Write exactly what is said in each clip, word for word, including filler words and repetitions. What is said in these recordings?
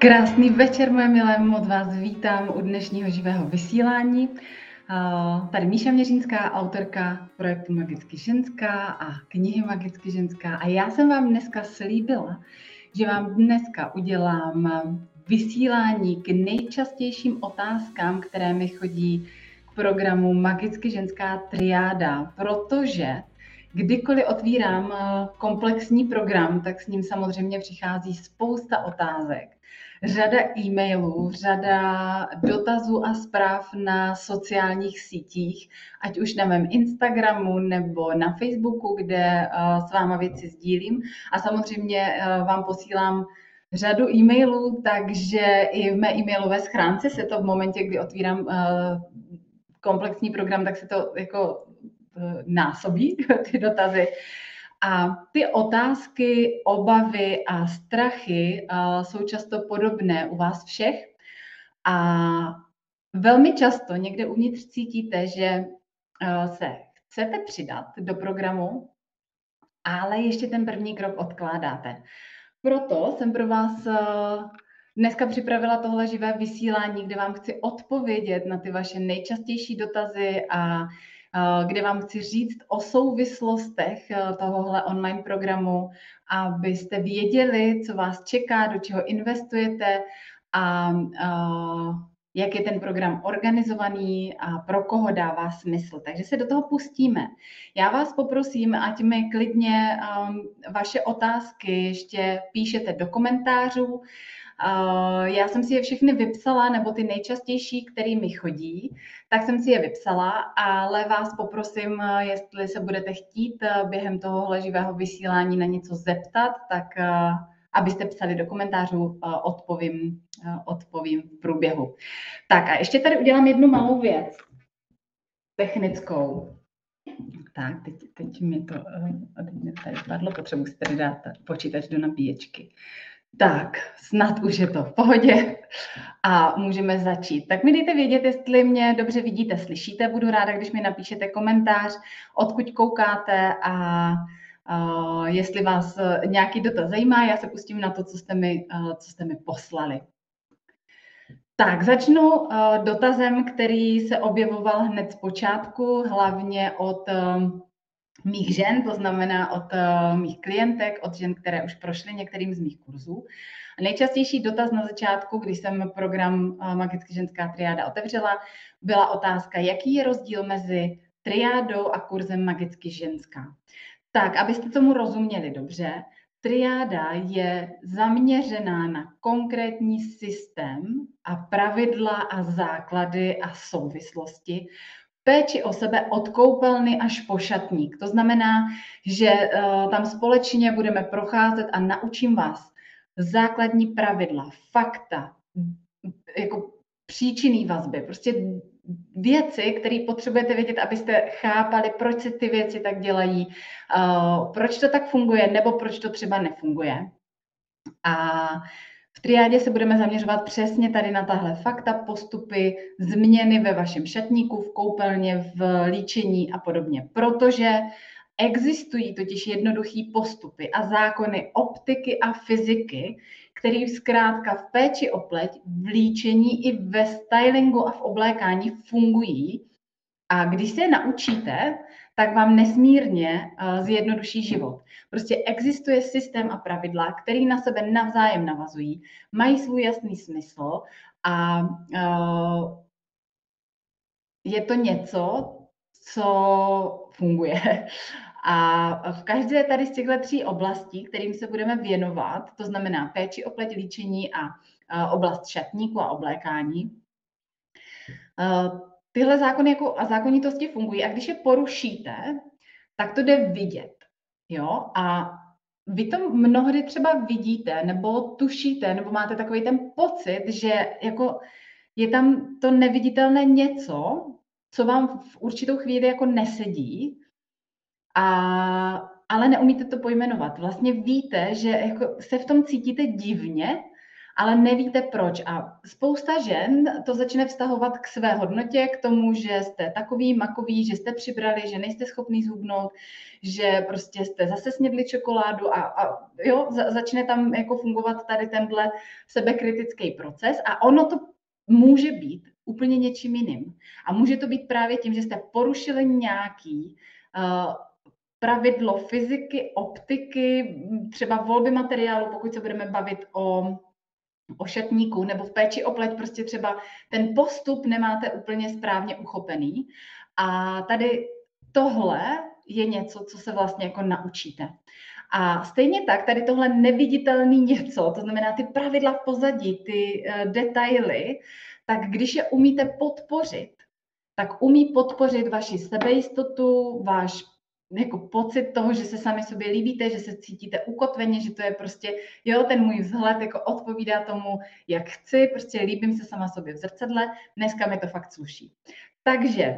Krásný večer, moje milé, moc vás vítám u dnešního živého vysílání. Tady Míša Měřínská, autorka projektu Magicky ženská a knihy Magicky ženská. A já jsem vám dneska slíbila, že vám dneska udělám vysílání k nejčastějším otázkám, které mi chodí k programu Magicky ženská triáda, protože kdykoliv otvírám komplexní program, tak s ním samozřejmě přichází spousta otázek. Řada e-mailů, řada dotazů a zpráv na sociálních sítích, ať už na mém Instagramu nebo na Facebooku, kde s váma věci sdílím. A samozřejmě vám posílám řadu e-mailů, takže i v mé e-mailové schránce se to v momentě, kdy otvírám komplexní program, tak se to jako násobí, ty dotazy. A ty otázky, obavy a strachy uh, jsou často podobné u vás všech a velmi často někde uvnitř cítíte, že uh, se chcete přidat do programu, ale ještě ten první krok odkládáte. Proto jsem pro vás uh, dneska připravila tohle živé vysílání, kde vám chci odpovědět na ty vaše nejčastější dotazy a kde vám chci říct o souvislostech tohohle online programu, abyste věděli, co vás čeká, do čeho investujete a, a jak je ten program organizovaný a pro koho dává smysl. Takže se do toho pustíme. Já vás poprosím, ať mi klidně um, vaše otázky ještě píšete do komentářů. Uh, já jsem si je všechny vypsala, nebo ty nejčastější, které mi chodí, tak jsem si je vypsala, ale vás poprosím, jestli se budete chtít během tohohle živého vysílání na něco zeptat, tak uh, abyste psali do komentářů, uh, odpovím, uh, odpovím v průběhu. Tak a ještě tady udělám jednu malou věc, technickou. Tak, teď, teď mi to uh, teď mi tady padlo, potřebuji si tady dát počítač do nabíječky. Tak, snad už je to v pohodě a můžeme začít. Tak mi dejte vědět, jestli mě dobře vidíte, slyšíte. Budu ráda, když mi napíšete komentář, odkud koukáte a uh, jestli vás nějaký dotaz zajímá, já se pustím na to, co jste mi, uh, co jste mi poslali. Tak, začnu uh, dotazem, který se objevoval hned z počátku, hlavně od uh, mých žen, to znamená od uh, mých klientek, od žen, které už prošly některým z mých kurzů. A nejčastější dotaz na začátku, když jsem program uh, Magicky ženská triáda otevřela, byla otázka, jaký je rozdíl mezi triádou a kurzem Magicky ženská. Tak, abyste tomu rozuměli dobře, triáda je zaměřená na konkrétní systém a pravidla a základy a souvislosti, péči o sebe od koupelny až po šatník. To znamená, že uh, tam společně budeme procházet a naučím vás základní pravidla, fakta, jako příčinné vazby, prostě věci, které potřebujete vědět, abyste chápali, proč se ty věci tak dělají, uh, proč to tak funguje, nebo proč to třeba nefunguje. A v triádě se budeme zaměřovat přesně tady na tahle fakta, postupy, změny ve vašem šatníku, v koupelně, v líčení a podobně. Protože existují totiž jednoduchý postupy a zákony optiky a fyziky, které zkrátka v péči o pleť, v líčení i ve stylingu a v oblékání fungují. A když se je naučíte, tak vám nesmírně uh, zjednoduší život. Prostě existuje systém a pravidla, který na sebe navzájem navazují, mají svůj jasný smysl a uh, je to něco, co funguje. A v každé tady z těchto tří oblastí, kterým se budeme věnovat, to znamená péči o pleť, líčení a uh, oblast šatníku a oblékání, uh, tyhle zákony jako a zákonitosti fungují a když je porušíte, tak to jde vidět. Jo? A vy to mnohdy třeba vidíte nebo tušíte, nebo máte takový ten pocit, že jako je tam to neviditelné něco, co vám v určitou chvíli jako nesedí, a, ale neumíte to pojmenovat. Vlastně víte, že jako se v tom cítíte divně, ale nevíte proč. A spousta žen to začne vztahovat k své hodnotě, k tomu, že jste takový, makový, že jste přibrali, že nejste schopný zhubnout, že prostě jste zase snědli čokoládu a, a jo, za, začne tam jako fungovat tady tenhle sebekritický proces a ono to může být úplně něčím jiným. A může to být právě tím, že jste porušili nějaký uh, pravidlo fyziky, optiky, třeba volby materiálu, pokud se budeme bavit o, o šatníku nebo v péči o pleť, prostě třeba ten postup nemáte úplně správně uchopený. A tady tohle je něco, co se vlastně jako naučíte. A stejně tak tady tohle neviditelný něco, to znamená ty pravidla v pozadí, ty uh, detaily, tak když je umíte podpořit, tak umí podpořit vaši sebejistotu, váš jako pocit toho, že se sami sobě líbíte, že se cítíte ukotveně, že to je prostě, jo, ten můj vzhled jako odpovídá tomu, jak chci, prostě líbím se sama sobě v zrcadle, dneska mi to fakt sluší. Takže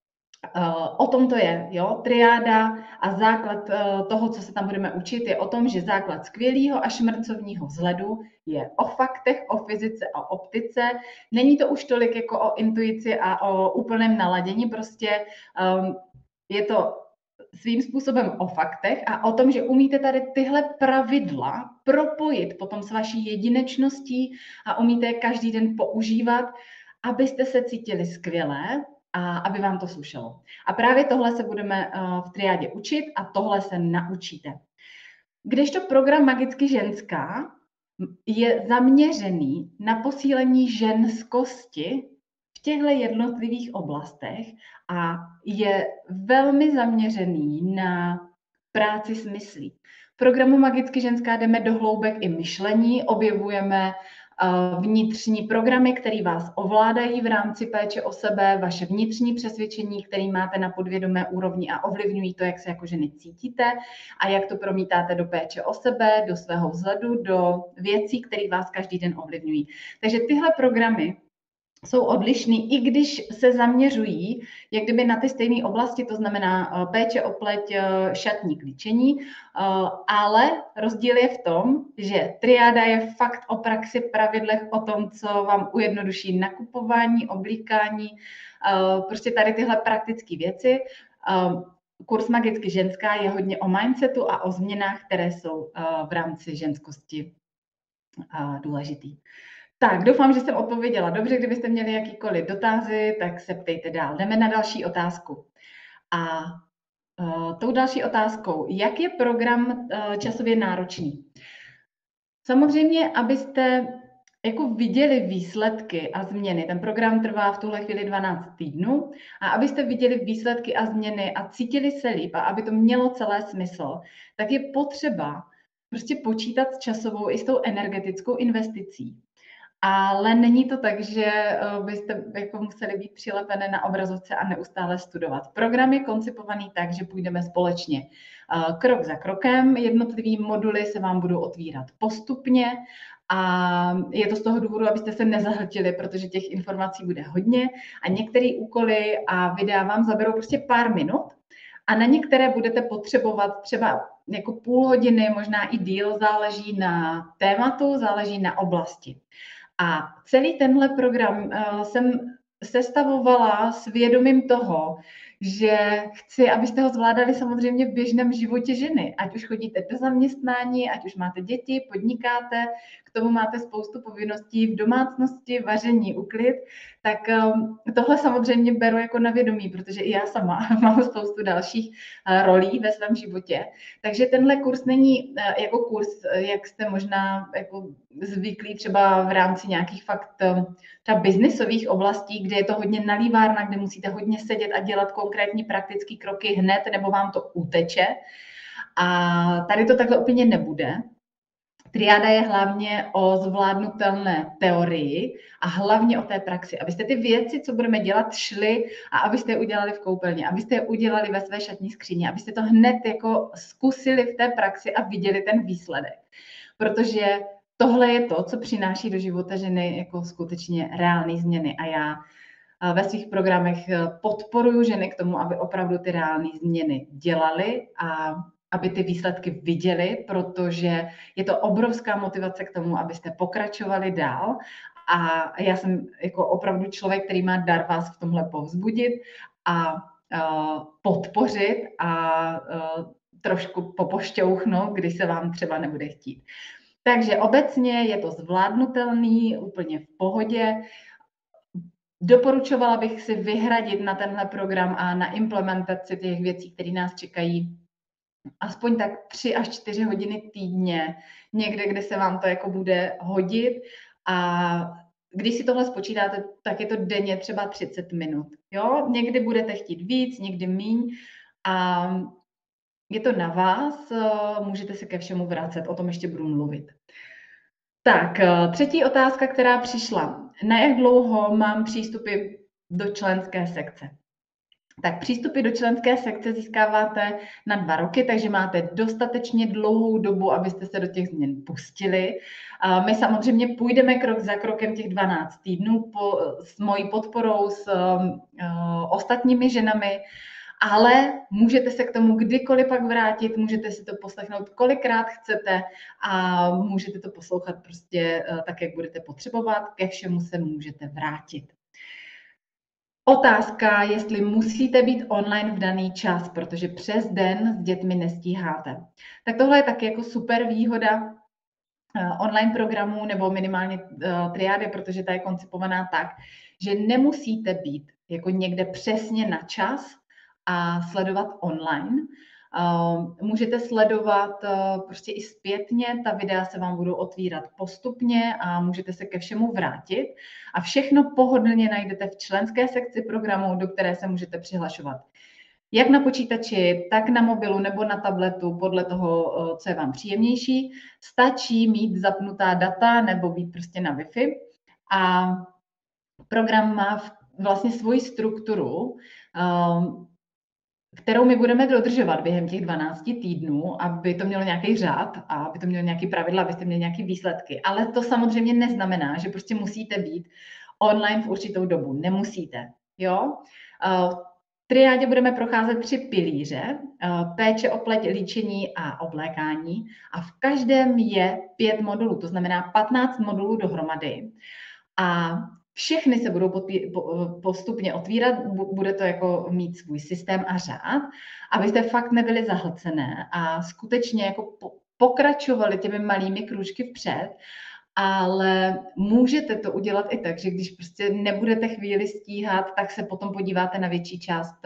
Uh, o tom to je, jo, triáda a základ uh, toho, co se tam budeme učit, je o tom, že základ skvělého a šmrcovního vzhledu je o faktech, o fyzice a optice. Není to už tolik jako o intuici a o úplném naladění, prostě um, je to svým způsobem o faktech a o tom, že umíte tady tyhle pravidla propojit potom s vaší jedinečností a umíte je každý den používat, abyste se cítili skvěle, a aby vám to slušelo. A právě tohle se budeme v triádě učit a tohle se naučíte. Kdežto program Magicky ženská je zaměřený na posílení ženskosti v těchto jednotlivých oblastech a je velmi zaměřený na práci s myslí. V programu Magicky ženská jdeme do hloubek i myšlení, objevujeme vnitřní programy, které vás ovládají v rámci péče o sebe, vaše vnitřní přesvědčení, které máte na podvědomé úrovni a ovlivňují to, jak se jako ženy cítíte a jak to promítáte do péče o sebe, do svého vzhledu, do věcí, které vás každý den ovlivňují. Takže tyhle programy jsou odlišný, i když se zaměřují jak kdyby na ty stejné oblasti, to znamená péče o pleť, šatník, líčení, ale rozdíl je v tom, že triáda je fakt o praxi, pravidlech, o tom, co vám ujednoduší nakupování, oblíkání, prostě tady tyhle praktické věci. Kurz Magicky ženská je hodně o mindsetu a o změnách, které jsou v rámci ženskosti důležitý. Tak, doufám, že jsem odpověděla dobře. Kdybyste měli jakýkoliv dotazy, tak se ptejte dál. Jdeme na další otázku. A uh, tou další otázkou, jak je program uh, časově náročný? Samozřejmě, abyste jako viděli výsledky a změny, ten program trvá v tuhle chvíli dvanáct týdnů, a abyste viděli výsledky a změny a cítili se líp a aby to mělo celé smysl, tak je potřeba prostě počítat s časovou i s tou energetickou investicí. Ale není to tak, že byste jako museli být přilepené na obrazovce a neustále studovat. Program je koncipovaný tak, že půjdeme společně krok za krokem. Jednotlivý moduly se vám budou otvírat postupně a je to z toho důvodu, abyste se nezahltili, protože těch informací bude hodně a některé úkoly a videa vám zaberou prostě pár minut a na některé budete potřebovat třeba jako půl hodiny, možná i díl, záleží na tématu, záleží na oblasti. A celý tenhle program uh, jsem sestavovala s vědomím toho, že chci, abyste ho zvládali samozřejmě v běžném životě ženy. Ať už chodíte do zaměstnání, ať už máte děti, podnikáte, k tomu máte spoustu povinností v domácnosti, vaření, uklid, tak um, tohle samozřejmě beru jako na vědomí, protože i já sama mám spoustu dalších uh, rolí ve svém životě. Takže tenhle kurz není uh, jako kurz, uh, jak jste možná jako zvyklí třeba v rámci nějakých fakt um, třeba biznisových oblastí, kde je to hodně nalívárna, kde musíte hodně sedět a dělat konkrétní praktické kroky hned, nebo vám to uteče. A tady to takhle úplně nebude. Triáda je hlavně o zvládnutelné teorii a hlavně o té praxi, abyste ty věci, co budeme dělat, šli a abyste je udělali v koupelně, abyste je udělali ve své šatní skříni, abyste to hned jako zkusili v té praxi a viděli ten výsledek. Protože tohle je to, co přináší do života ženy jako skutečně reálné změny a já ve svých programech podporuju ženy k tomu, aby opravdu ty reálné změny dělaly a aby ty výsledky viděli, protože je to obrovská motivace k tomu, abyste pokračovali dál. A já jsem jako opravdu člověk, který má dar vás v tomhle povzbudit a uh, podpořit a uh, trošku popošťouchnout, když se vám třeba nebude chtít. Takže obecně je to zvládnutelný, úplně v pohodě. Doporučovala bych si vyhradit na tenhle program a na implementaci těch věcí, které nás čekají, aspoň tak tři až čtyři hodiny týdně, někde, kde se vám to jako bude hodit. A když si tohle spočítáte, tak je to denně třeba třicet minut. Jo? Někdy budete chtít víc, někdy míň. A je to na vás, můžete se ke všemu vracet, o tom ještě budu mluvit. Tak, třetí otázka, která přišla. Na jak dlouho mám přístupy do členské sekce? Tak přístupy do členské sekce získáváte na dva roky, takže máte dostatečně dlouhou dobu, abyste se do těch změn pustili. My samozřejmě půjdeme krok za krokem těch dvanáct týdnů po, s mojí podporou, s uh, ostatními ženami, ale můžete se k tomu kdykoliv pak vrátit, můžete si to poslechnout kolikrát chcete a můžete to poslouchat prostě uh, tak, jak budete potřebovat, ke všemu se můžete vrátit. Otázka, jestli musíte být online v daný čas, protože přes den s dětmi nestíháte. Tak tohle je taky jako super výhoda online programů nebo minimálně triády, protože ta je koncipovaná tak, že nemusíte být jako někde přesně na čas a sledovat online. Můžete sledovat prostě i zpětně, ta videa se vám budou otvírat postupně a můžete se ke všemu vrátit. A všechno pohodlně najdete v členské sekci programu, do které se můžete přihlašovat. Jak na počítači, tak na mobilu nebo na tabletu, podle toho, co je vám příjemnější. Stačí mít zapnutá data nebo být prostě na Wi-Fi. A program má vlastně svoji strukturu, kterou my budeme dodržovat během těch dvanácti týdnů, aby to mělo nějaký řád a aby to mělo nějaký pravidla, abyste měli nějaké výsledky. Ale to samozřejmě neznamená, že prostě musíte být online v určitou dobu. Nemusíte. Jo? V triádě budeme procházet tři pilíře. Péče o pleť, líčení a oblékání. A v každém je pět modulů, to znamená patnáct modulů dohromady. A všechny se budou postupně otvírat, bude to jako mít svůj systém a řád, abyste fakt nebyli zahlcené a skutečně jako pokračovali těmi malými krůčky vpřed, ale můžete to udělat i tak, že když prostě nebudete chvíli stíhat, tak se potom podíváte na větší část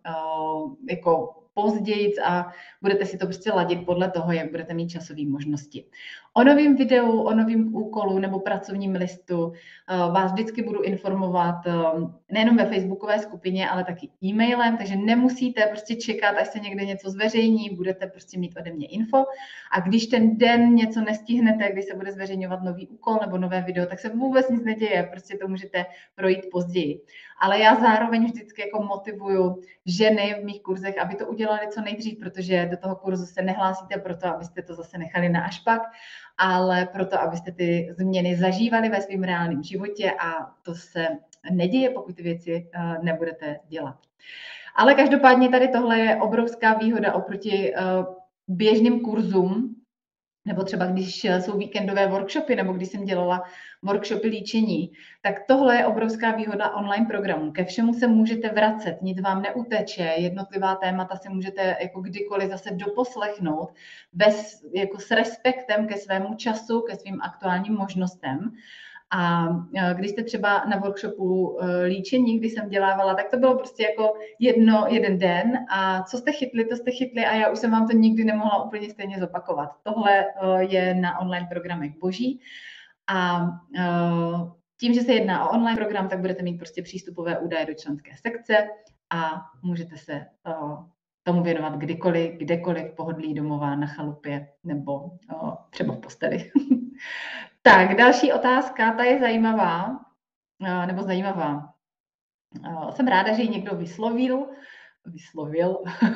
jako později a budete si to prostě ladit podle toho, jak budete mít časové možnosti. O novém videu, o novém úkolu nebo pracovním listu vás vždycky budu informovat nejenom ve facebookové skupině, ale taky e-mailem, takže nemusíte prostě čekat, až se někde něco zveřejní, budete prostě mít ode mě info. A když ten den něco nestihnete, když se bude zveřejňovat nový úkol nebo nové video, tak se vůbec nic neděje, prostě to můžete projít později. Ale já zároveň vždycky jako motivuju ženy v mých kurzech, aby to udělali co nejdřív, protože do toho kurzu se nehlásíte proto, abyste to zase nechali na až pak, ale proto, abyste ty změny zažívali ve svém reálném životě a to se neděje, pokud ty věci nebudete dělat. Ale každopádně tady tohle je obrovská výhoda oproti běžným kurzům, nebo třeba když jsou víkendové workshopy, nebo když jsem dělala workshopy líčení, tak tohle je obrovská výhoda online programu. Ke všemu se můžete vracet, nic vám neuteče, jednotlivá témata si můžete jako kdykoliv zase doposlechnout bez, jako s respektem ke svému času, ke svým aktuálním možnostem. A když jste třeba na workshopu líčení, když jsem dělávala, tak to bylo prostě jako jedno, jeden den a co jste chytli, to jste chytli a já už jsem vám to nikdy nemohla úplně stejně zopakovat. Tohle je na online programech boží a tím, že se jedná o online program, tak budete mít prostě přístupové údaje do členské sekce a můžete se tomu věnovat kdykoliv, kdekoliv v pohodlí domova, na chalupě nebo třeba v posteli. Tak, další otázka, ta je zajímavá, nebo zajímavá. Jsem ráda, že ji někdo vyslovil, vyslovil.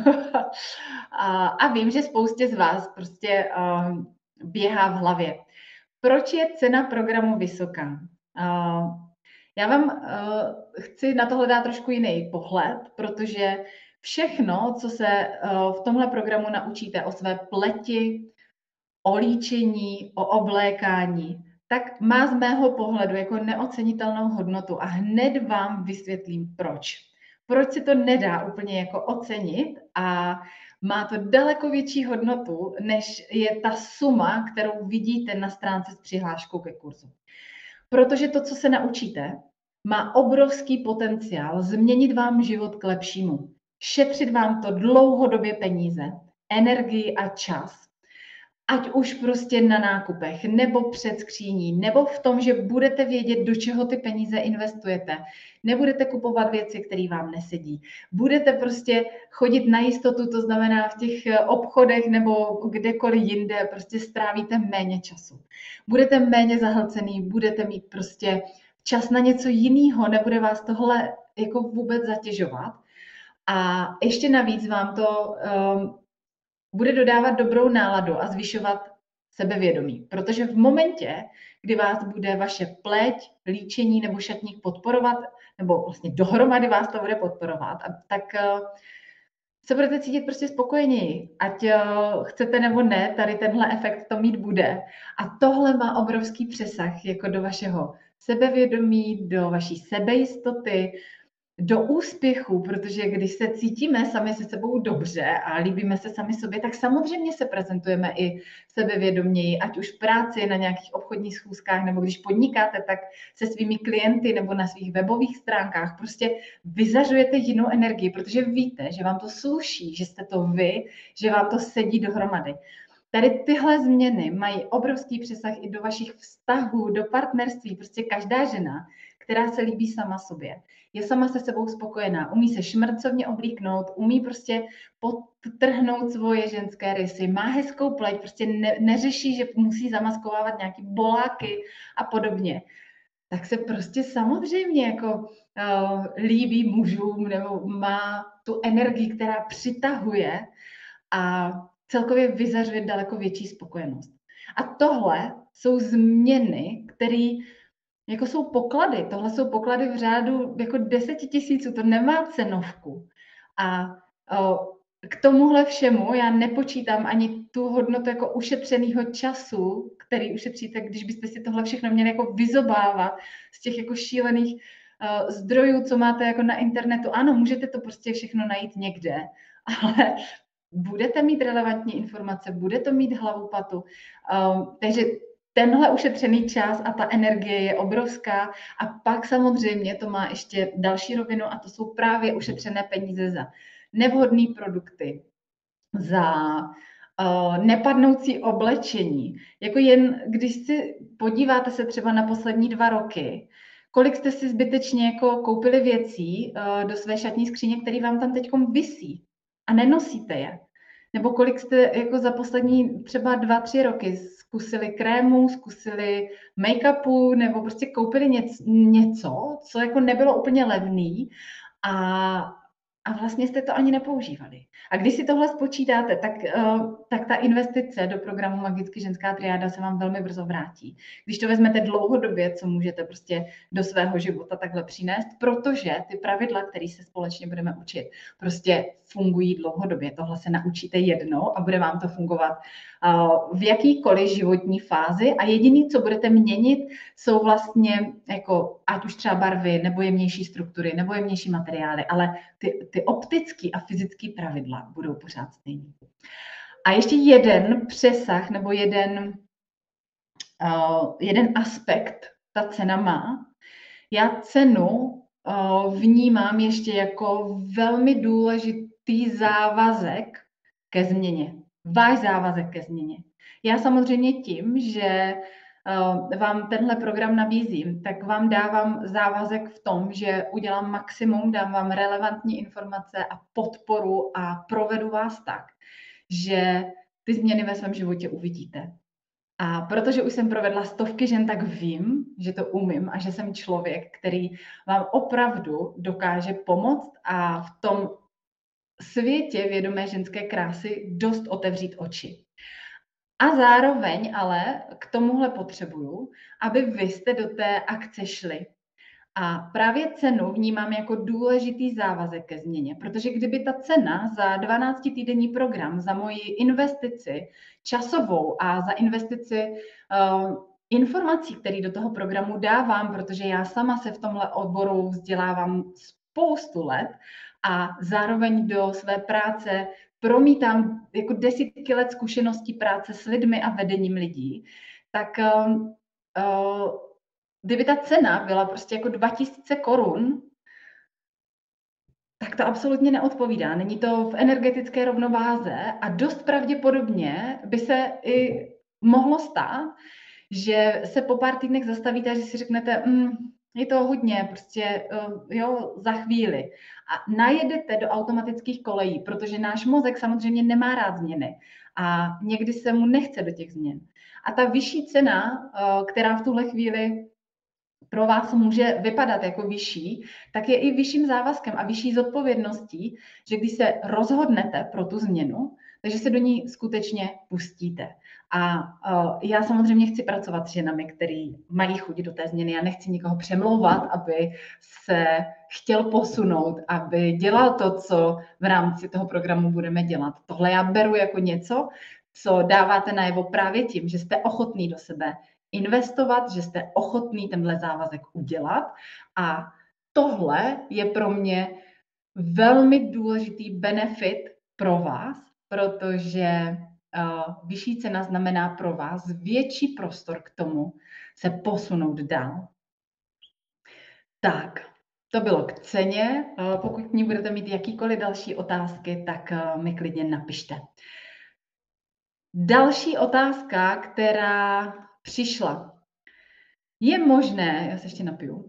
A vím, že spoustě z vás prostě běhá v hlavě. Proč je cena programu vysoká? Já vám chci na tohle dát trošku jiný pohled, protože Všechno, co se v tomhle programu naučíte o své pleti, o líčení, o oblékání, tak má z mého pohledu jako neocenitelnou hodnotu a hned vám vysvětlím proč. Proč se to nedá úplně jako ocenit a má to daleko větší hodnotu, než je ta suma, kterou vidíte na stránce s přihláškou ke kurzu. Protože to, co se naučíte, má obrovský potenciál změnit vám život k lepšímu. Šetřit vám to dlouhodobě peníze, energii a čas. Ať už prostě na nákupech, nebo před skříní, nebo v tom, že budete vědět, do čeho ty peníze investujete. Nebudete kupovat věci, které vám nesedí. Budete prostě chodit na jistotu, to znamená v těch obchodech nebo kdekoliv jinde, prostě strávíte méně času. Budete méně zahlcený, budete mít prostě čas na něco jiného, nebude vás tohle jako vůbec zatěžovat. A ještě navíc vám to um, bude dodávat dobrou náladu a zvyšovat sebevědomí. Protože v momentě, kdy vás bude vaše pleť, líčení nebo šatník podporovat, nebo vlastně dohromady vás to bude podporovat, tak se budete cítit prostě spokojeněji. Ať chcete nebo ne, tady tenhle efekt to mít bude. A tohle má obrovský přesah jako do vašeho sebevědomí, do vaší sebejistoty, do úspěchu, protože když se cítíme sami se sebou dobře a líbíme se sami sobě, tak samozřejmě se prezentujeme i sebevědoměji, ať už v práci, na nějakých obchodních schůzkách, nebo když podnikáte, tak se svými klienty nebo na svých webových stránkách prostě vyzařujete jinou energii, protože víte, že vám to sluší, že jste to vy, že vám to sedí dohromady. Tady tyhle změny mají obrovský přesah i do vašich vztahů, do partnerství. Prostě každá žena, která se líbí sama sobě, je sama se sebou spokojená, umí se šmrcovně oblíknout, umí prostě podtrhnout svoje ženské rysy, má hezkou pleť, prostě ne, neřeší, že musí zamaskovávat nějaký boláky a podobně. Tak se prostě samozřejmě jako uh, líbí mužům nebo má tu energii, která přitahuje a celkově vyzařuje daleko větší spokojenost. A tohle jsou změny, které jako jsou poklady. Tohle jsou poklady v řádu jako deseti tisíců, to nemá cenovku. A o, k tomuhle všemu já nepočítám ani tu hodnotu jako ušetřeného času, který ušetříte, když byste si tohle všechno měli jako vyzobávat z těch jako šílených uh, zdrojů, co máte jako na internetu. Ano, můžete to prostě všechno najít někde, ale budete mít relevantní informace, bude to mít hlavu patu. Um, takže tenhle ušetřený čas a ta energie je obrovská a pak samozřejmě to má ještě další rovinu a to jsou právě ušetřené peníze za nevhodné produkty, za uh, nepadnoucí oblečení. Jako jen, když si podíváte se třeba na poslední dva roky, kolik jste si zbytečně jako koupili věcí uh, do své šatní skříně, které vám tam teď visí a nenosíte je. Nebo kolik jste jako za poslední třeba dva, tři roky zkusili krému, zkusili make-upu, nebo prostě koupili něco, něco, co jako nebylo úplně levný a, a vlastně jste to ani nepoužívali. A když si tohle spočítáte, tak, uh, tak ta investice do programu Magicky ženská triáda se vám velmi brzo vrátí. Když to vezmete dlouhodobě, co můžete prostě do svého života takhle přinést, protože ty pravidla, které se společně budeme učit, prostě fungují dlouhodobě. Tohle se naučíte jednou a bude vám to fungovat uh, v jakýkoliv životní fázi a jediný, co budete měnit, jsou vlastně jako ať už třeba barvy, nebo jemnější struktury, nebo jemnější materiály, ale ty, ty optické a fyzické pravidla budou pořád stejný. A ještě jeden přesah nebo jeden, uh, jeden aspekt ta cena má. Já cenu uh, vnímám ještě jako velmi důležitý závazek ke změně. Váš závazek ke změně. Já samozřejmě tím, že uh, vám tenhle program nabízím, tak vám dávám závazek v tom, že udělám maximum, dám vám relevantní informace a podporu a provedu vás tak, že ty změny ve svém životě uvidíte. A protože už jsem provedla stovky žen, tak vím, že to umím a že jsem člověk, který vám opravdu dokáže pomoct a v tom světě vědomé ženské krásy dost otevřít oči. A zároveň ale k tomuhle potřebuju, aby vy jste do té akce šli. A právě cenu vnímám jako důležitý závazek ke změně, protože kdyby ta cena za dvanáctitýdenní program, za moji investici časovou a za investici uh, informací, které do toho programu dávám, protože já sama se v tomhle oboru vzdělávám spoustu let a zároveň do své práce promítám jako desítky let zkušeností práce s lidmi a vedením lidí, tak uh, uh, kdyby ta cena byla prostě jako dva tisíce korun, tak to absolutně neodpovídá. Není to v energetické rovnováze a dost pravděpodobně by se i mohlo stát, že se po pár týdnech zastavíte a že si řeknete, mm, je to hodně, prostě jo, za chvíli. A najedete do automatických kolejí, protože náš mozek samozřejmě nemá rád změny a někdy se mu nechce do těch změn. A ta vyšší cena, která v tuhle chvíli pro vás může vypadat jako vyšší, tak je i vyšším závazkem a vyšší zodpovědností, že když se rozhodnete pro tu změnu, takže se do ní skutečně pustíte. A uh, já samozřejmě chci pracovat s ženami, který mají chuť do té změny. Já nechci nikoho přemlouvat, aby se chtěl posunout, aby dělal to, co v rámci toho programu budeme dělat. Tohle já beru jako něco, co dáváte najevo právě tím, že jste ochotný do sebe investovat, že jste ochotný tenhle závazek udělat. A tohle je pro mě velmi důležitý benefit pro vás, protože uh, vyšší cena znamená pro vás větší prostor k tomu se posunout dál. Tak, to bylo k ceně. Uh, pokud k ní budete mít jakýkoliv další otázky, tak uh, mi klidně napište. Další otázka, která přišla. Je možné, já se ještě napiju,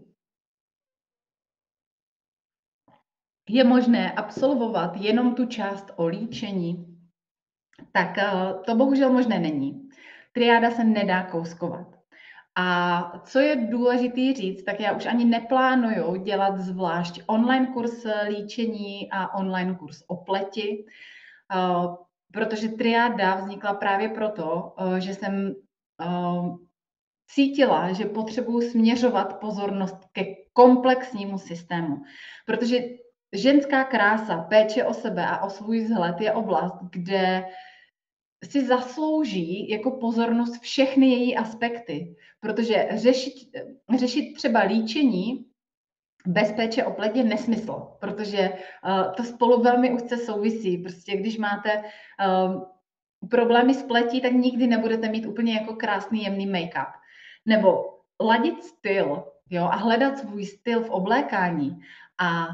je možné absolvovat jenom tu část o líčení? Tak to bohužel možné není. Triáda se nedá kouskovat. A co je důležité říct, tak já už ani neplánuju dělat zvlášť online kurz líčení a online kurz o pleti, protože triáda vznikla právě proto, že jsem cítila, že potřebuji směřovat pozornost ke komplexnímu systému, protože ženská krása, péče o sebe a o svůj vzhled je oblast, kde si zaslouží jako pozornost všechny její aspekty, protože řešit, řešit třeba líčení bez péče o pleť je nesmysl, protože uh, to spolu velmi úzce souvisí. Prostě když máte uh, problémy s pletí, tak nikdy nebudete mít úplně jako krásný, jemný make-up. Nebo ladit styl, jo, a hledat svůj styl v oblékání a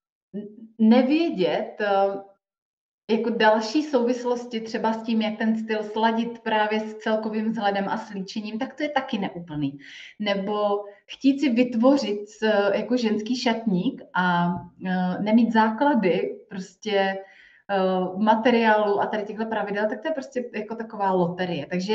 nevědět jako další souvislosti třeba s tím, jak ten styl sladit právě s celkovým vzhledem a s líčením, tak to je taky neúplný. Nebo chtít si vytvořit jako ženský šatník a nemít základy prostě materiálu a tady těchto pravidel, tak to je prostě jako taková loterie. Takže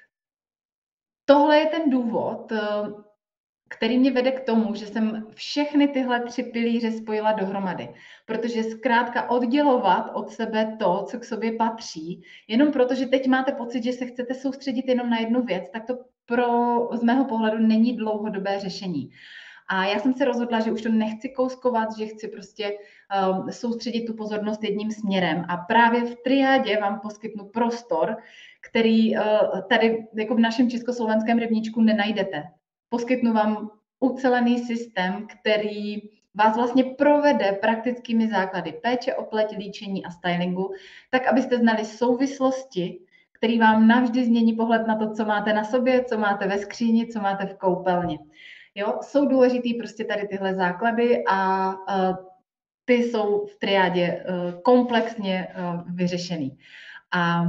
tohle je ten důvod, který mě vede k tomu, že jsem všechny tyhle tři pilíře spojila dohromady. Protože zkrátka oddělovat od sebe to, co k sobě patří, jenom proto, že teď máte pocit, že se chcete soustředit jenom na jednu věc, tak to pro, z mého pohledu není dlouhodobé řešení. A já jsem se rozhodla, že už to nechci kouskovat, že chci prostě um, soustředit tu pozornost jedním směrem. A právě v triádě vám poskytnu prostor, který uh, tady jako v našem československém rybníčku nenajdete. Poskytnu vám ucelený systém, který vás vlastně provede praktickými základy péče o pleť, líčení a stylingu, tak abyste znali souvislosti, které vám navždy změní pohled na to, co máte na sobě, co máte ve skříni, co máte v koupelně. Jo, jsou důležitý prostě tady tyhle základy a uh, ty jsou v triádě uh, komplexně uh, vyřešený. A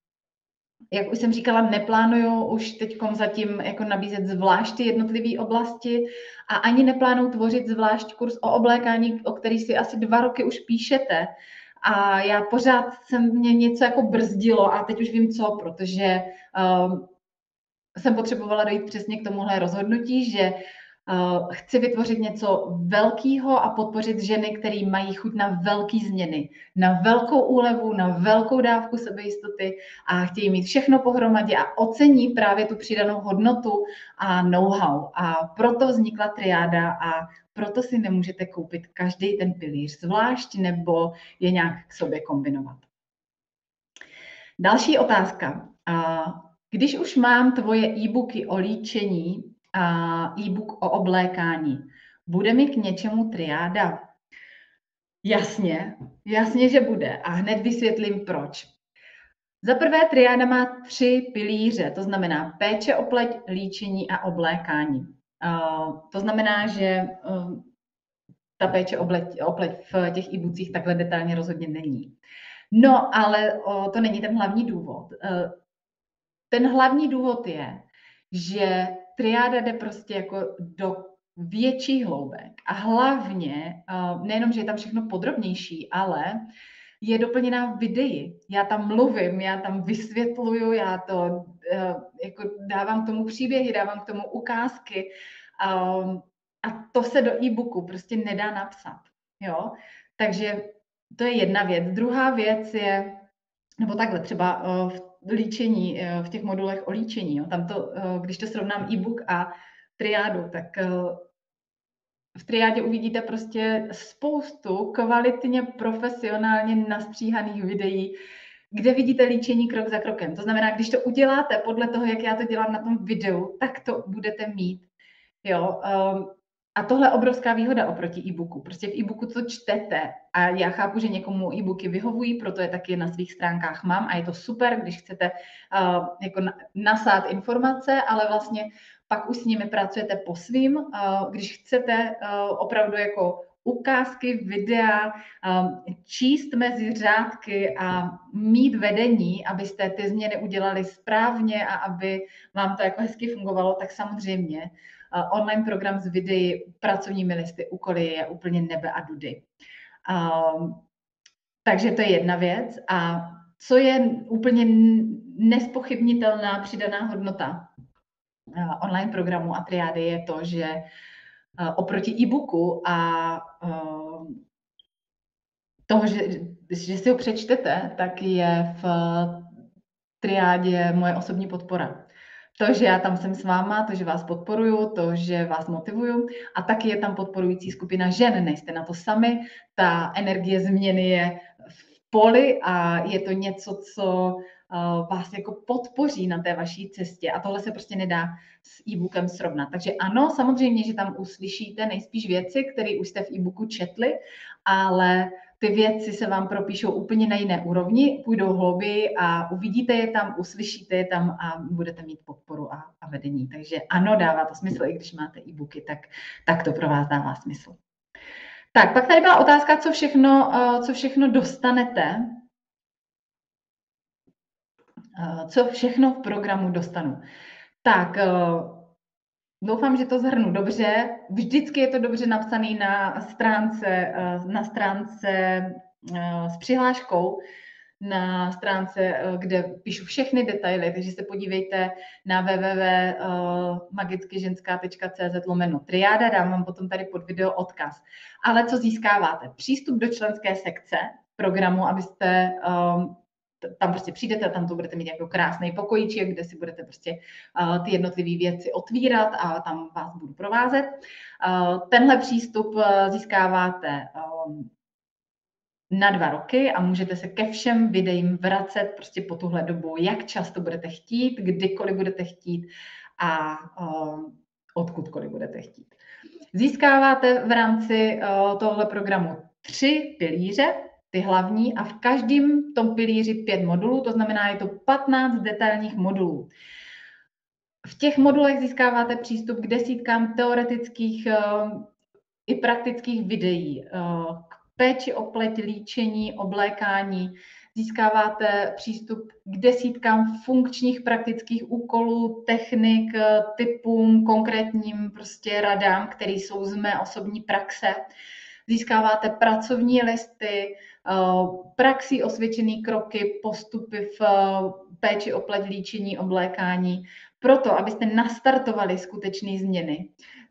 jak už jsem říkala, neplánuju už teď zatím jako nabízet zvlášť ty jednotlivé oblasti a ani neplánuju tvořit zvlášť kurz o oblékání, o který si asi dva roky už píšete. A já pořád jsem mě něco jako brzdilo a teď už vím co, protože um, jsem potřebovala dojít přesně k tomuhle rozhodnutí, že Chci vytvořit něco velkého a podpořit ženy, které mají chuť na velké změny, na velkou úlevu, na velkou dávku sebejistoty a chtějí mít všechno pohromadě a ocení právě tu přidanou hodnotu a know-how. A proto vznikla triáda a proto si nemůžete koupit každý ten pilíř zvlášť nebo je nějak k sobě kombinovat. Další otázka. Když už mám tvoje e-booky o líčení a e-book o oblékání, bude mi k něčemu triáda? Jasně, jasně, že bude a hned vysvětlím proč. Za prvé triáda má tři pilíře, to znamená péče o pleť, líčení a oblékání. To znamená, že ta péče o pleť, o pleť v těch e-boocích takhle detailně rozhodně není. No, ale to není ten hlavní důvod. Ten hlavní důvod je, že triáda jde prostě jako do větších hloubek a hlavně, nejenom, že je tam všechno podrobnější, ale je doplněná videi. Já tam mluvím, já tam vysvětluju, já to jako dávám k tomu příběhy, dávám k tomu ukázky a to se do e-booku prostě nedá napsat. Jo? Takže to je jedna věc. Druhá věc je, nebo takhle třeba v líčení, v těch modulech o líčení. Jo. Tam to, když to srovnám e-book a triádu, tak v triádě uvidíte prostě spoustu kvalitně, profesionálně nastříhaných videí, kde vidíte líčení krok za krokem. To znamená, když to uděláte podle toho, jak já to dělám na tom videu, tak to budete mít. Jo. A tohle je obrovská výhoda oproti e-booku. Prostě v e-booku to čtete a já chápu, že někomu e-booky vyhovují, proto je taky na svých stránkách mám a je to super, když chcete uh, jako nasát informace, ale vlastně pak už s nimi pracujete po svým. Uh, když chcete uh, opravdu jako ukázky, videa, um, číst mezi řádky a mít vedení, abyste ty změny udělali správně a aby vám to jako hezky fungovalo, tak samozřejmě Uh, online program s videí, pracovními listy, úkoly je úplně nebe a dudy. Um, takže to je jedna věc. A co je úplně nespochybnitelná přidaná hodnota uh, online programu a triády je to, že uh, oproti e-booku a uh, toho, že, že si ho přečtete, tak je v triádě moje osobní podpora. To, že já tam jsem s váma, to, že vás podporuju, to, že vás motivuju a taky je tam podporující skupina žen, nejste na to sami, ta energie změny je v poli a je to něco, co vás jako podpoří na té vaší cestě a tohle se prostě nedá s e-bookem srovnat. Takže ano, samozřejmě, že tam uslyšíte nejspíš věci, které už jste v e-booku četli, ale ty věci se vám propíšou úplně na jiné úrovni, půjdou hlouběji a uvidíte je tam, uslyšíte je tam a budete mít podporu a, a vedení. Takže ano, dává to smysl, i když máte e-booky, tak, tak to pro vás dává smysl. Tak, pak tady byla otázka, co všechno, co všechno dostanete. Co všechno v programu dostanu. Tak, doufám, že to shrnu dobře. Vždycky je to dobře napsané na stránce, na stránce s přihláškou, na stránce, kde píšu všechny detaily, takže se podívejte na w w w tečka magickyženská tečka c z lomeno triáda, dám vám potom tady pod video odkaz. Ale co získáváte? Přístup do členské sekce programu, abyste tam prostě přijdete, tam to budete mít jako krásný pokojíček, kde si budete prostě uh, ty jednotlivé věci otvírat a tam vás budu provázet. Uh, tenhle přístup uh, získáváte um, na dva roky a můžete se ke všem videím vracet prostě po tuhle dobu, jak často budete chtít, kdykoliv budete chtít a uh, odkudkoliv budete chtít. Získáváte v rámci uh, tohle programu tři pilíře, ty hlavní, a v každém tom pilíři pět modulů, to znamená, je to patnáct detailních modulů. V těch modulech získáváte přístup k desítkám teoretických uh, i praktických videí, uh, k péči o pleť, líčení, oblékání. Získáváte přístup k desítkám funkčních praktických úkolů, technik, typům, konkrétním prostě radám, které jsou z mé osobní praxe. Získáváte pracovní listy, praxí osvědčené kroky, postupy v péči o pleť, líčení, oblékání, proto, abyste nastartovali skutečné změny.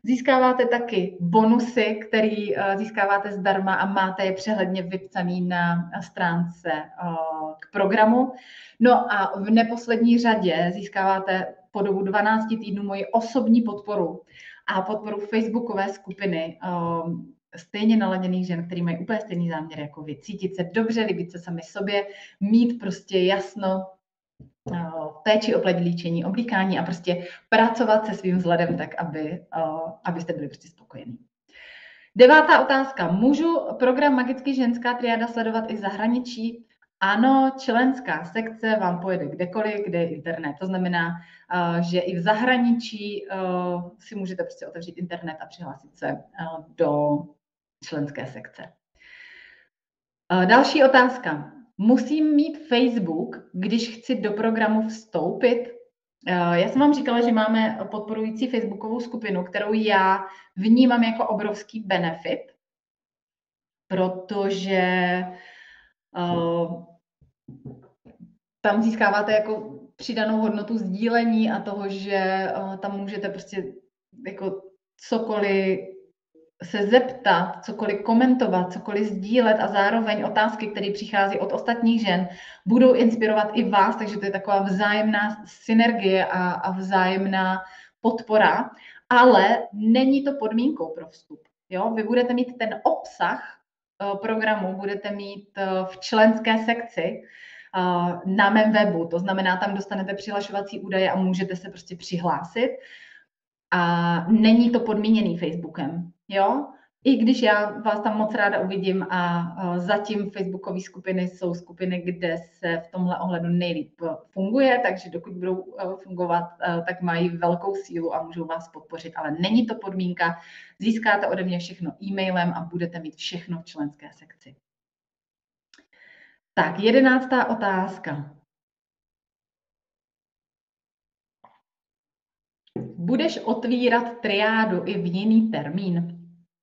Získáváte taky bonusy, které získáváte zdarma a máte je přehledně vypsaný na stránce k programu. No a v neposlední řadě získáváte po dobu dvanácti týdnů moji osobní podporu a podporu facebookové skupiny stejně naladěných žen, který mají úplně stejný záměr jako vy. Cítit se dobře, líbit se sami sobě, mít prostě jasno péči o pleť, líčení, oblíkání a prostě pracovat se svým vzhledem tak, aby, abyste byli prostě spokojení. Devátá otázka. Můžu program Magicky ženská triáda sledovat i v zahraničí? Ano, členská sekce vám pojede kdekoliv, kde je internet. To znamená, že i v zahraničí si můžete prostě otevřít internet a přihlásit se do členské sekce. Další otázka. Musím mít Facebook, když chci do programu vstoupit? Já jsem vám říkala, že máme podporující facebookovou skupinu, kterou já vnímám jako obrovský benefit, protože uh, tam získáváte jako přidanou hodnotu sdílení a toho, že uh, tam můžete prostě jako cokoliv se zeptat, cokoliv komentovat, cokoliv sdílet a zároveň otázky, které přichází od ostatních žen, budou inspirovat i vás, takže to je taková vzájemná synergie a, a vzájemná podpora, ale není to podmínkou pro vstup. Jo? Vy budete mít ten obsah uh, programu, budete mít uh, v členské sekci uh, na mém webu, to znamená, tam dostanete přihlašovací údaje a můžete se prostě přihlásit. A není to podmíněný Facebookem, jo? I když já vás tam moc ráda uvidím a zatím facebookové skupiny jsou skupiny, kde se v tomhle ohledu nejlíp funguje, takže dokud budou fungovat, tak mají velkou sílu a můžou vás podpořit, ale není to podmínka, získáte ode mě všechno e-mailem a budete mít všechno v členské sekci. Tak, jedenáctá otázka. Budeš otvírat triádu i v jiný termín?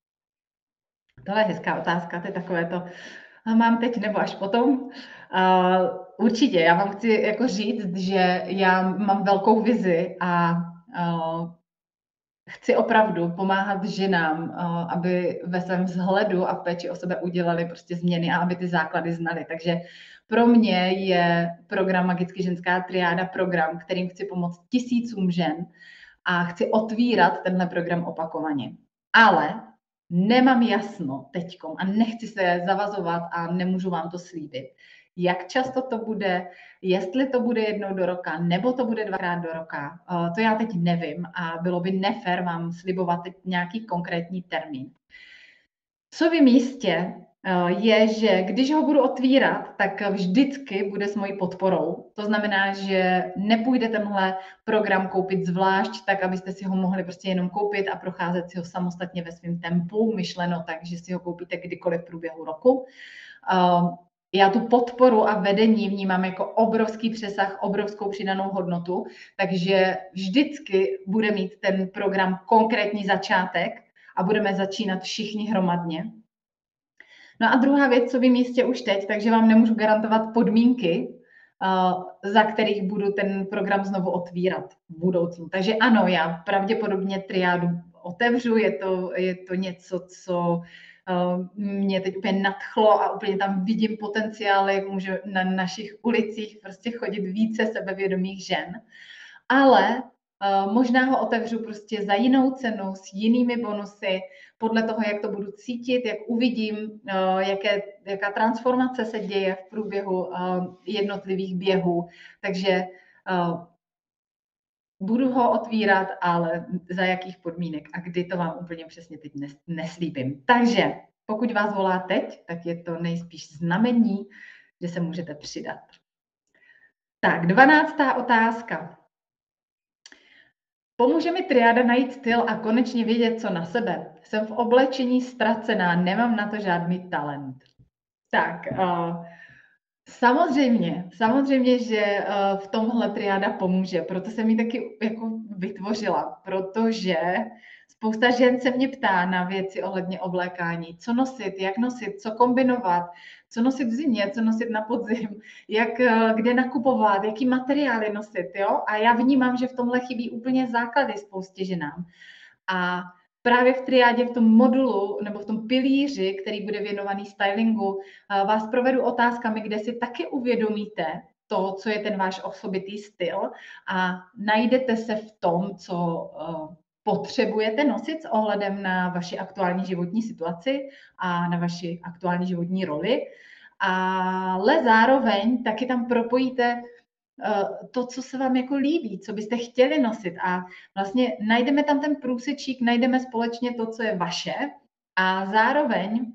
Tohle je hezká otázka, to je takové to, mám teď nebo až potom. Uh, určitě, já vám chci jako říct, že já mám velkou vizi a uh, chci opravdu pomáhat ženám, uh, aby ve svém vzhledu a péči o sebe udělali prostě změny a aby ty základy znali. Takže pro mě je program Magicky ženská triáda program, kterým chci pomoct tisícům žen, a chci otvírat tenhle program opakovaně. Ale nemám jasno teďkom a nechci se zavazovat a nemůžu vám to slíbit. Jak často to bude, jestli to bude jednou do roka, nebo to bude dvakrát do roka, to já teď nevím a bylo by nefér vám slibovat teď nějaký konkrétní termín. Co vím jistě, je, že když ho budu otvírat, tak vždycky bude s mojí podporou. To znamená, že nepůjde tenhle program koupit zvlášť, tak abyste si ho mohli prostě jenom koupit a procházet si ho samostatně ve svém tempu, myšleno tak, že si ho koupíte kdykoliv v průběhu roku. Já tu podporu a vedení vnímám jako obrovský přesah, obrovskou přidanou hodnotu, takže vždycky bude mít ten program konkrétní začátek a budeme začínat všichni hromadně. No a druhá věc, co vím jistě už teď, takže vám nemůžu garantovat podmínky, uh, za kterých budu ten program znovu otvírat v budoucnu. Takže ano, já pravděpodobně triádu otevřu, je to, je to něco, co uh, mě teď úplně nadchlo a úplně tam vidím potenciál, jak může na našich ulicích prostě chodit více sebevědomých žen. Ale Uh, možná ho otevřu prostě za jinou cenu, s jinými bonusy, podle toho, jak to budu cítit, jak uvidím, uh, jaké, jaká transformace se děje v průběhu uh, jednotlivých běhů. Takže uh, budu ho otvírat, ale za jakých podmínek a kdy, to vám úplně přesně teď neslíbím. Takže pokud vás volá teď, tak je to nejspíš znamení, že se můžete přidat. Tak, dvanáctá otázka. Pomůže mi triáda najít styl a konečně vědět, co na sebe. Jsem v oblečení ztracená, nemám na to žádný talent. Tak, uh, samozřejmě, samozřejmě, že uh, v tomhle triáda pomůže, proto jsem ji taky jako vytvořila, protože spousta žen se mě ptá na věci ohledně oblékání, co nosit, jak nosit, co kombinovat, co nosit v zimě, co nosit na podzim, jak, kde nakupovat, jaký materiály nosit, jo? A já vnímám, že v tomhle chybí úplně základy spoustě ženám. A právě v triádě, v tom modulu nebo v tom pilíři, který bude věnovaný stylingu, vás provedu otázkami, kde si taky uvědomíte to, co je ten váš osobitý styl a najdete se v tom, co potřebujete nosit s ohledem na vaši aktuální životní situaci a na vaši aktuální životní roli. Ale zároveň taky tam propojíte to, co se vám jako líbí, co byste chtěli nosit a vlastně najdeme tam ten průsečík, najdeme společně to, co je vaše a zároveň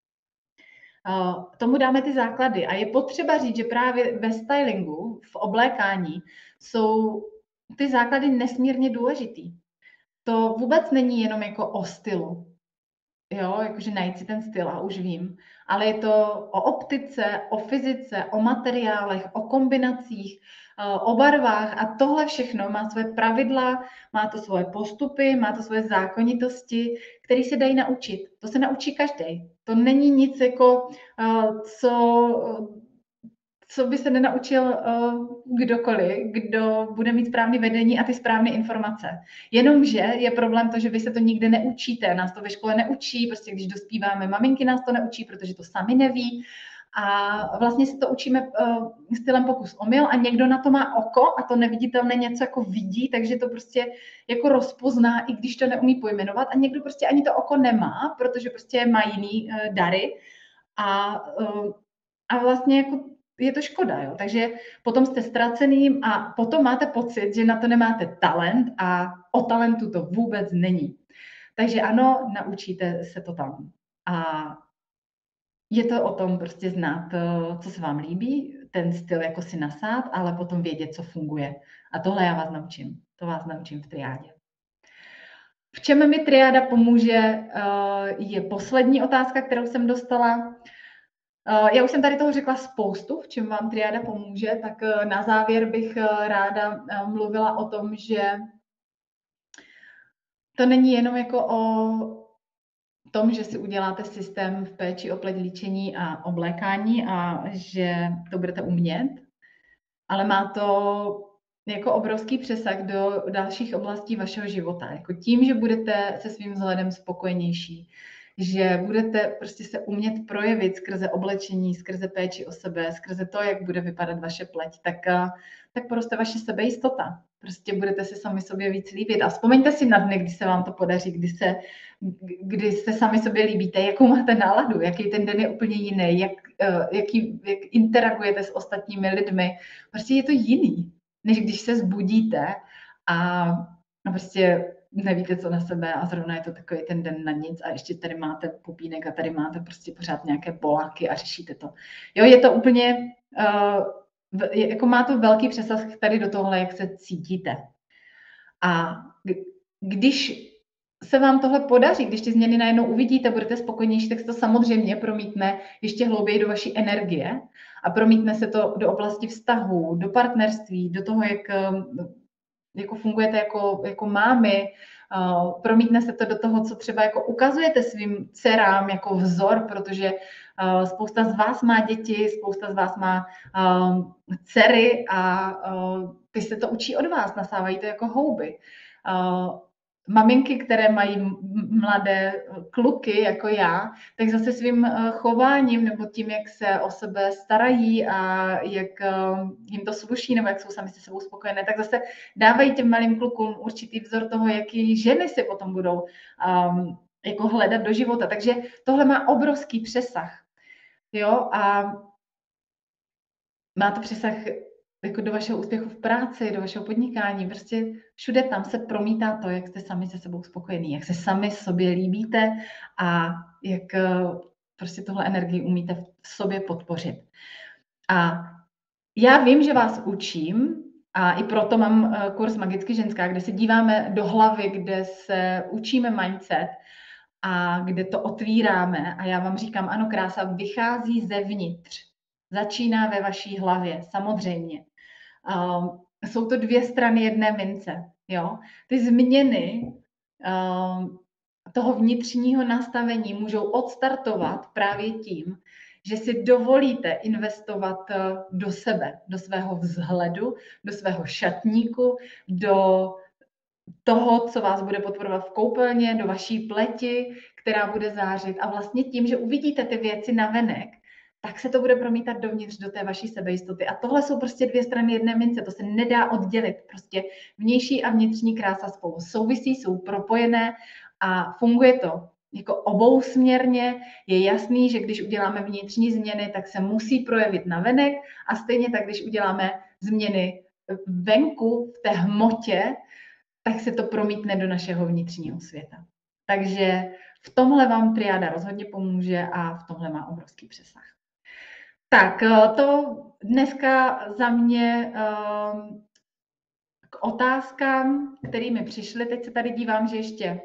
tomu dáme ty základy. A je potřeba říct, že právě ve stylingu, v oblékání, jsou ty základy nesmírně důležitý. To vůbec není jenom jako o stylu, jo, jakože najít si ten styl a už vím, ale je to o optice, o fyzice, o materiálech, o kombinacích, o barvách a tohle všechno má své pravidla, má to svoje postupy, má to svoje zákonitosti, které se dají naučit. To se naučí každý. To není nic jako, co, co by se nenaučil kdokoliv, kdo bude mít správné vedení a ty správné informace. Jenomže je problém to, že vy se to nikde neučíte, nás to ve škole neučí, prostě když dospíváme, maminky nás to neučí, protože to sami neví. A vlastně si to učíme uh, stylem pokus omyl a někdo na to má oko a to neviditelné něco jako vidí, takže to prostě jako rozpozná, i když to neumí pojmenovat a někdo prostě ani to oko nemá, protože prostě má jiný uh, dary a, uh, a vlastně jako je to škoda, jo. Takže potom jste ztraceným a potom máte pocit, že na to nemáte talent a o talentu to vůbec není. Takže ano, naučíte se to tam. A je to o tom prostě znát, co se vám líbí, ten styl jako si nasát, ale potom vědět, co funguje. A tohle já vás naučím. To vás naučím v triádě. V čem mi triáda pomůže, je poslední otázka, kterou jsem dostala. Já už jsem tady toho řekla spoustu, v čem vám triáda pomůže, tak na závěr bych ráda mluvila o tom, že to není jenom jako o tom, že si uděláte systém v péči o pleť, líčení a oblékání a že to budete umět, ale má to jako obrovský přesah do dalších oblastí vašeho života. Jako tím, že budete se svým vzhledem spokojenější, že budete prostě se umět projevit skrze oblečení, skrze péči o sebe, skrze to, jak bude vypadat vaše pleť, tak, tak poroste vaše sebejistota. Prostě budete se sami sobě víc líbit. A vzpomeňte si na dny, kdy se vám to podaří, kdy se, kdy se sami sobě líbíte, jakou máte náladu, jaký ten den je úplně jiný, jak, jaký, jak interagujete s ostatními lidmi. Prostě je to jiný, než když se zbudíte a, a prostě nevíte, co na sebe a zrovna je to takový ten den na nic a ještě tady máte pupínek a tady máte prostě pořád nějaké boláky a řešíte to. Jo, je to úplně, uh, jako má to velký přesah tady do tohle, jak se cítíte. A když se vám tohle podaří, když ty změny najednou uvidíte, budete spokojnější, tak se to samozřejmě promítne ještě hlouběji do vaší energie a promítne se to do oblasti vztahu, do partnerství, do toho, jak jako fungujete jako, jako mámy, uh, promítne se to do toho, co třeba jako ukazujete svým dcerám jako vzor, protože uh, spousta z vás má děti, spousta z vás má uh, dcery a uh, ty se to učí od vás, nasávají to jako houby. Uh, Maminky, které mají mladé kluky jako já, tak zase svým chováním nebo tím, jak se o sebe starají a jak jim to sluší nebo jak jsou sami se sebou spokojené, tak zase dávají těm malým klukům určitý vzor toho, jaký ženy si potom budou um, jako hledat do života. Takže tohle má obrovský přesah. Jo? A má to přesah jako do vašeho úspěchu v práci, do vašeho podnikání, prostě všude tam se promítá to, jak jste sami se sebou spokojení, jak se sami sobě líbíte a jak prostě tohle energii umíte v sobě podpořit. A já vím, že vás učím a i proto mám kurz Magicky ženská, kde se díváme do hlavy, kde se učíme mindset a kde to otvíráme a já vám říkám, ano, krása vychází zevnitř. Začíná ve vaší hlavě, samozřejmě. Um, jsou to dvě strany jedné mince. Jo? Ty změny um, toho vnitřního nastavení můžou odstartovat právě tím, že si dovolíte investovat do sebe, do svého vzhledu, do svého šatníku, do toho, co vás bude podporovat v koupelně, do vaší pleti, která bude zářit. A vlastně tím, že uvidíte ty věci navenek, tak se to bude promítat dovnitř do té vaší sebejistoty. A tohle jsou prostě dvě strany jedné mince, to se nedá oddělit. Prostě vnější a vnitřní krása spolu souvisí, jsou propojené a funguje to jako obousměrně. Je jasný, že když uděláme vnitřní změny, tak se musí projevit navenek a stejně tak, když uděláme změny venku v té hmotě, tak se to promítne do našeho vnitřního světa. Takže v tomhle vám triáda rozhodně pomůže a v tomhle má obrovský přesah. Tak to dneska za mě k otázkám, které mi přišly. Teď se tady dívám, že ještě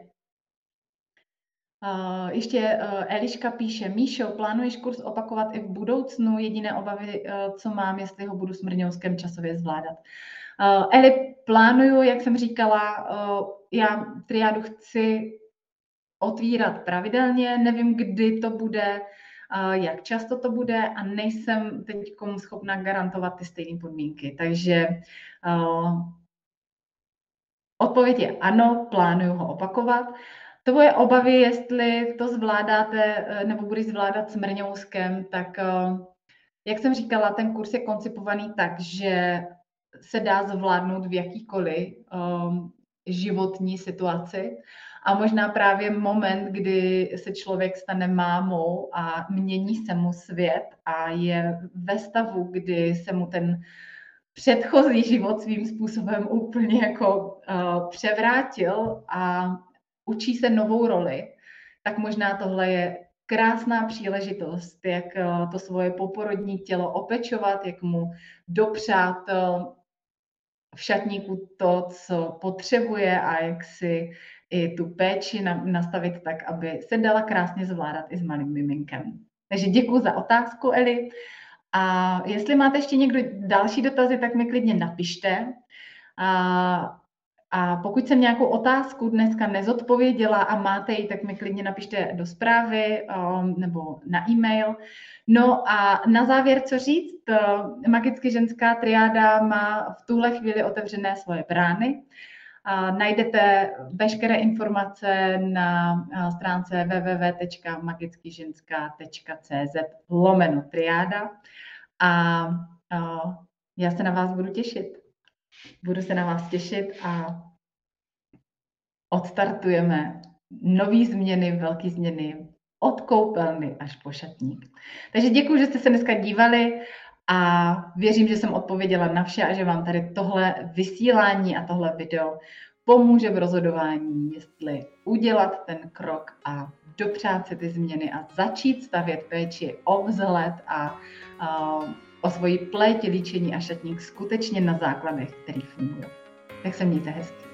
Uh, ještě uh, Eliška píše, Míšo, plánuješ kurz opakovat i v budoucnu? Jediné obavy, uh, co mám, jestli ho budu s Mrňouskem časově zvládat. Uh, Eli, plánuju, jak jsem říkala, uh, já triádu chci otvírat pravidelně, nevím, kdy to bude, uh, jak často to bude a nejsem teď schopna garantovat ty stejné podmínky. Takže uh, odpověď je ano, plánuju ho opakovat. Tvoje obavy, jestli to zvládáte nebo budeš zvládat s Mrňouskem, tak jak jsem říkala, ten kurz je koncipovaný tak, že se dá zvládnout v jakýkoliv um, životní situaci. A možná právě moment, kdy se člověk stane mámou a mění se mu svět a je ve stavu, kdy se mu ten předchozí život svým způsobem úplně jako uh, převrátil a učí se novou roli, tak možná tohle je krásná příležitost, jak to svoje poporodní tělo opečovat, jak mu dopřát v šatníku to, co potřebuje a jak si i tu péči nastavit tak, aby se dala krásně zvládat i s malým miminkem. Takže děkuji za otázku, Eli. A jestli máte ještě někdo další dotazy, tak mi klidně napište. A A pokud jsem nějakou otázku dneska nezodpověděla a máte ji, tak mi klidně napište do zprávy um, nebo na e-mail. No a na závěr, co říct, Magicky ženská triáda má v tuhle chvíli otevřené svoje brány. A najdete veškeré informace na stránce w w w tečka magickyženská tečka c z lomeno triáda a, a já se na vás budu těšit. Budu se na vás těšit a odstartujeme nové změny, velké změny od koupelny až po šatník. Takže děkuji, že jste se dneska dívali a věřím, že jsem odpověděla na vše a že vám tady tohle vysílání a tohle video pomůže v rozhodování, jestli udělat ten krok a dopřát si ty změny a začít stavět péči o vzhled a, a o svoji pleť, líčení a šatník skutečně na základech, který fungují. Tak se mějte hezky.